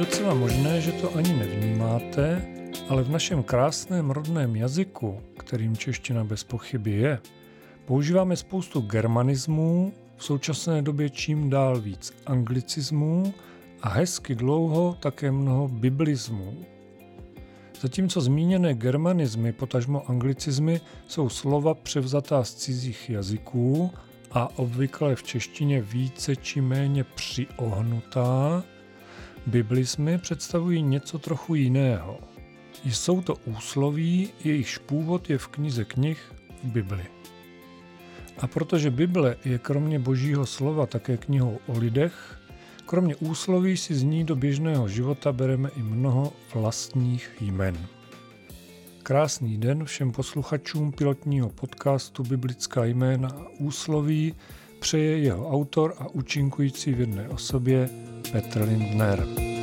docela možné, že to ani nevnímáte, ale v našem krásném rodném jazyku, kterým čeština bez pochyby je, používáme spoustu germanismů, v současné době čím dál víc anglicismů a hezky dlouho také mnoho biblismů. Zatímco zmíněné germanismy, potažmo anglicizmy, jsou slova převzatá z cizích jazyků a obvykle v češtině více či méně přiohnutá, biblismy představují něco trochu jiného. Jsou to úsloví, jejichž původ je v knize knih v Bibli. A protože Bible je kromě Božího slova také knihou o lidech, kromě úsloví si z ní do běžného života bereme i mnoho vlastních jmen. Krásný den všem posluchačům pilotního podcastu Biblická jména a úsloví přeje jeho autor a účinkující v jedné osobě Petr Lindner.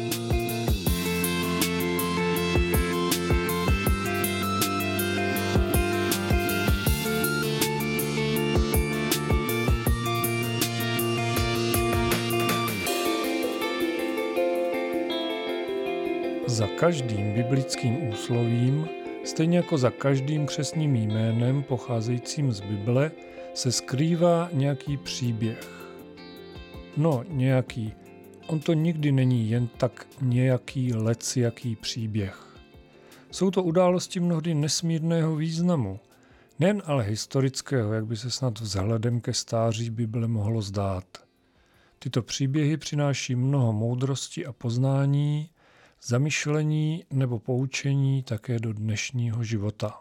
Za každým biblickým úslovím, stejně jako za každým křestním jménem pocházejícím z Bible, se skrývá nějaký příběh. No, nějaký. On to nikdy není jen tak nějaký lecjaký příběh. Jsou to události mnohdy nesmírného významu, nejen ale historického, jak by se snad vzhledem ke stáří Bible mohlo zdát. Tyto příběhy přináší mnoho moudrosti a poznání, zamyšlení nebo poučení také do dnešního života.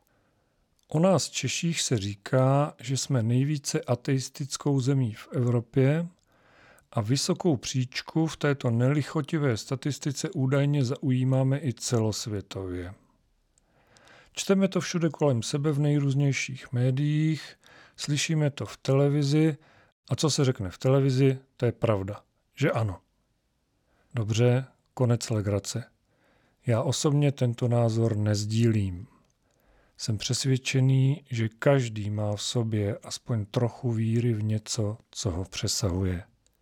O nás Češích se říká, že jsme nejvíce ateistickou zemí v Evropě a vysokou příčku v této nelichotivé statistice údajně zaujímáme i celosvětově. Čteme to všude kolem sebe v nejrůznějších médiích, slyšíme to v televizi a co se řekne v televizi, to je pravda, že ano. Dobře, konec legrace. Já osobně tento názor nezdílím. Jsem přesvědčený, že každý má v sobě aspoň trochu víry v něco, co ho přesahuje.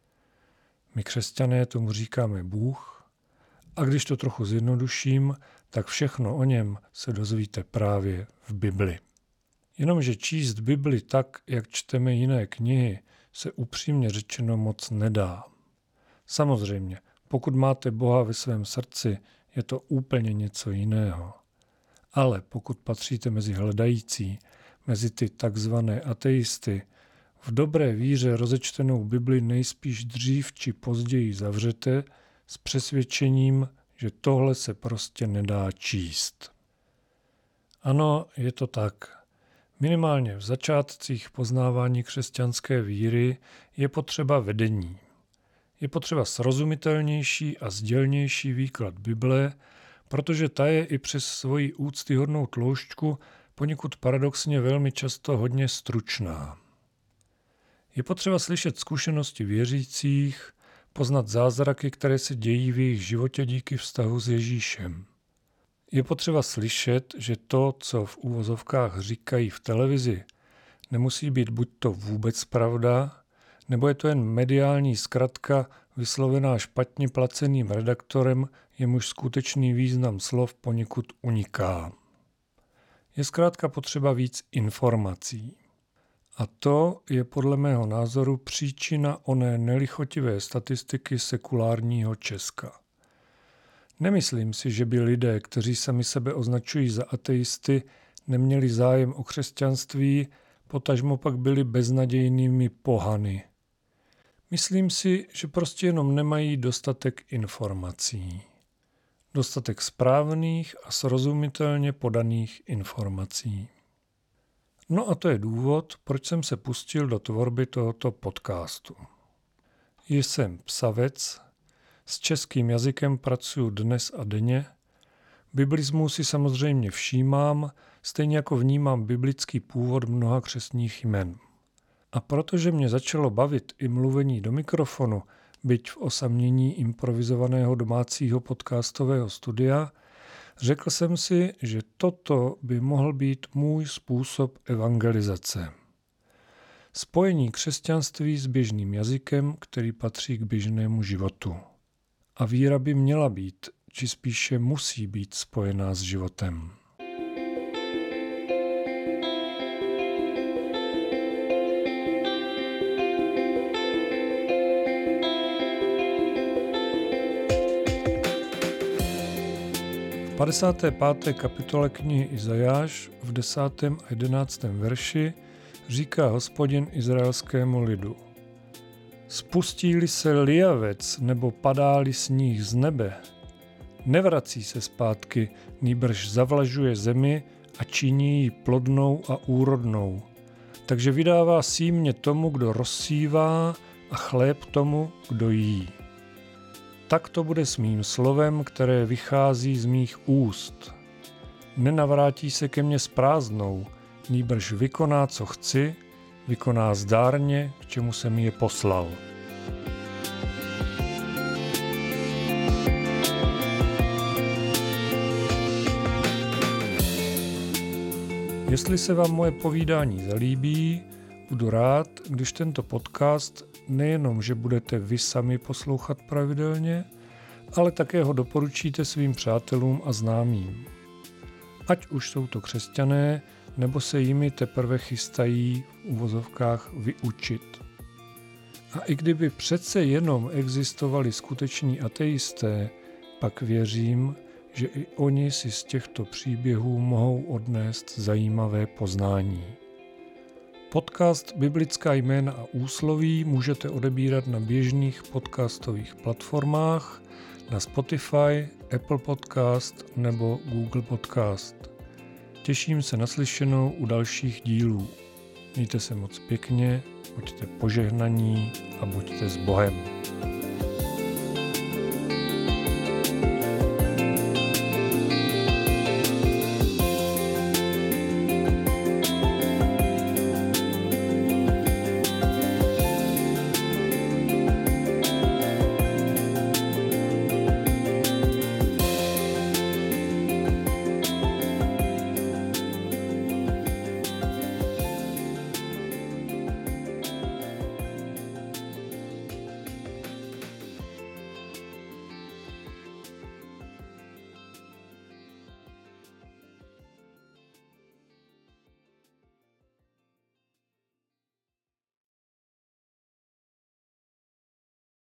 My křesťané tomu říkáme Bůh a když to trochu zjednoduším, tak všechno o něm se dozvíte právě v Bibli. Jenomže číst Bibli tak, jak čteme jiné knihy, se upřímně řečeno moc nedá. Samozřejmě, pokud máte Boha ve svém srdci, je to úplně něco jiného. Ale pokud patříte mezi hledající, mezi ty takzvané ateisty, v dobré víře rozečtenou Bibli nejspíš dřív či později zavřete s přesvědčením, že tohle se prostě nedá číst. Ano, je to tak. Minimálně v začátcích poznávání křesťanské víry je potřeba vedení. Je potřeba srozumitelnější a sdělnější výklad Bible, protože ta je i přes svoji úctyhodnou tloušťku poněkud paradoxně velmi často hodně stručná. Je potřeba slyšet zkušenosti věřících, poznat zázraky, které se dějí v jejich životě díky vztahu s Ježíšem. Je potřeba slyšet, že to, co v uvozovkách říkají v televizi, nemusí být buď to vůbec pravda, nebo je to jen mediální zkratka vyslovená špatně placeným redaktorem, jemuž skutečný význam slov poněkud uniká. Je zkrátka potřeba víc informací. A to je podle mého názoru příčina oné nelichotivé statistiky sekulárního Česka. Nemyslím si, že by lidé, kteří sami sebe označují za ateisty, neměli zájem o křesťanství, potažmo pak byli beznadějnými pohany. Myslím si, že prostě jenom nemají dostatek informací. Dostatek správných a srozumitelně podaných informací. No a to je důvod, proč jsem se pustil do tvorby tohoto podcastu. Jsem psavec, s českým jazykem pracuji dnes a denně, biblismu si samozřejmě všímám, stejně jako vnímám biblický původ mnoha křestních jmen. A protože mě začalo bavit i mluvení do mikrofonu, byť v osamění improvizovaného domácího podcastového studia, řekl jsem si, že toto by mohl být můj způsob evangelizace. Spojení křesťanství s běžným jazykem, který patří k běžnému životu. A víra by měla být, či spíše musí být spojená s životem. V 55. kapitole knihy Izajáš v 10. a 11. verši říká Hospodin izraelskému lidu: Spustí-li se lijavec nebo padá-li sníh z nebe, nevrací se zpátky, nýbrž zavlažuje zemi a činí ji plodnou a úrodnou. Takže vydává símě tomu, kdo rozsívá, a chléb tomu, kdo jí. Tak to bude s mým slovem, které vychází z mých úst. Nenavrátí se ke mně s prázdnou, nýbrž vykoná, co chci, vykoná zdárně, k čemu jsem je poslal. Jestli se vám moje povídání zalíbí, budu rád, když tento podcast nejenom, že budete vy sami poslouchat pravidelně, ale také ho doporučíte svým přátelům a známým. Ať už jsou to křesťané, nebo se jimi teprve chystají v uvozovkách vyučit. A i kdyby přece jenom existovali skuteční ateisté, pak věřím, že i oni si z těchto příběhů mohou odnést zajímavé poznání. Podcast Biblická jména a úsloví můžete odebírat na běžných podcastových platformách, na Spotify, Apple Podcast nebo Google Podcast. Těším se na slyšenou u dalších dílů. Mějte se moc pěkně, buďte požehnaní a buďte s Bohem.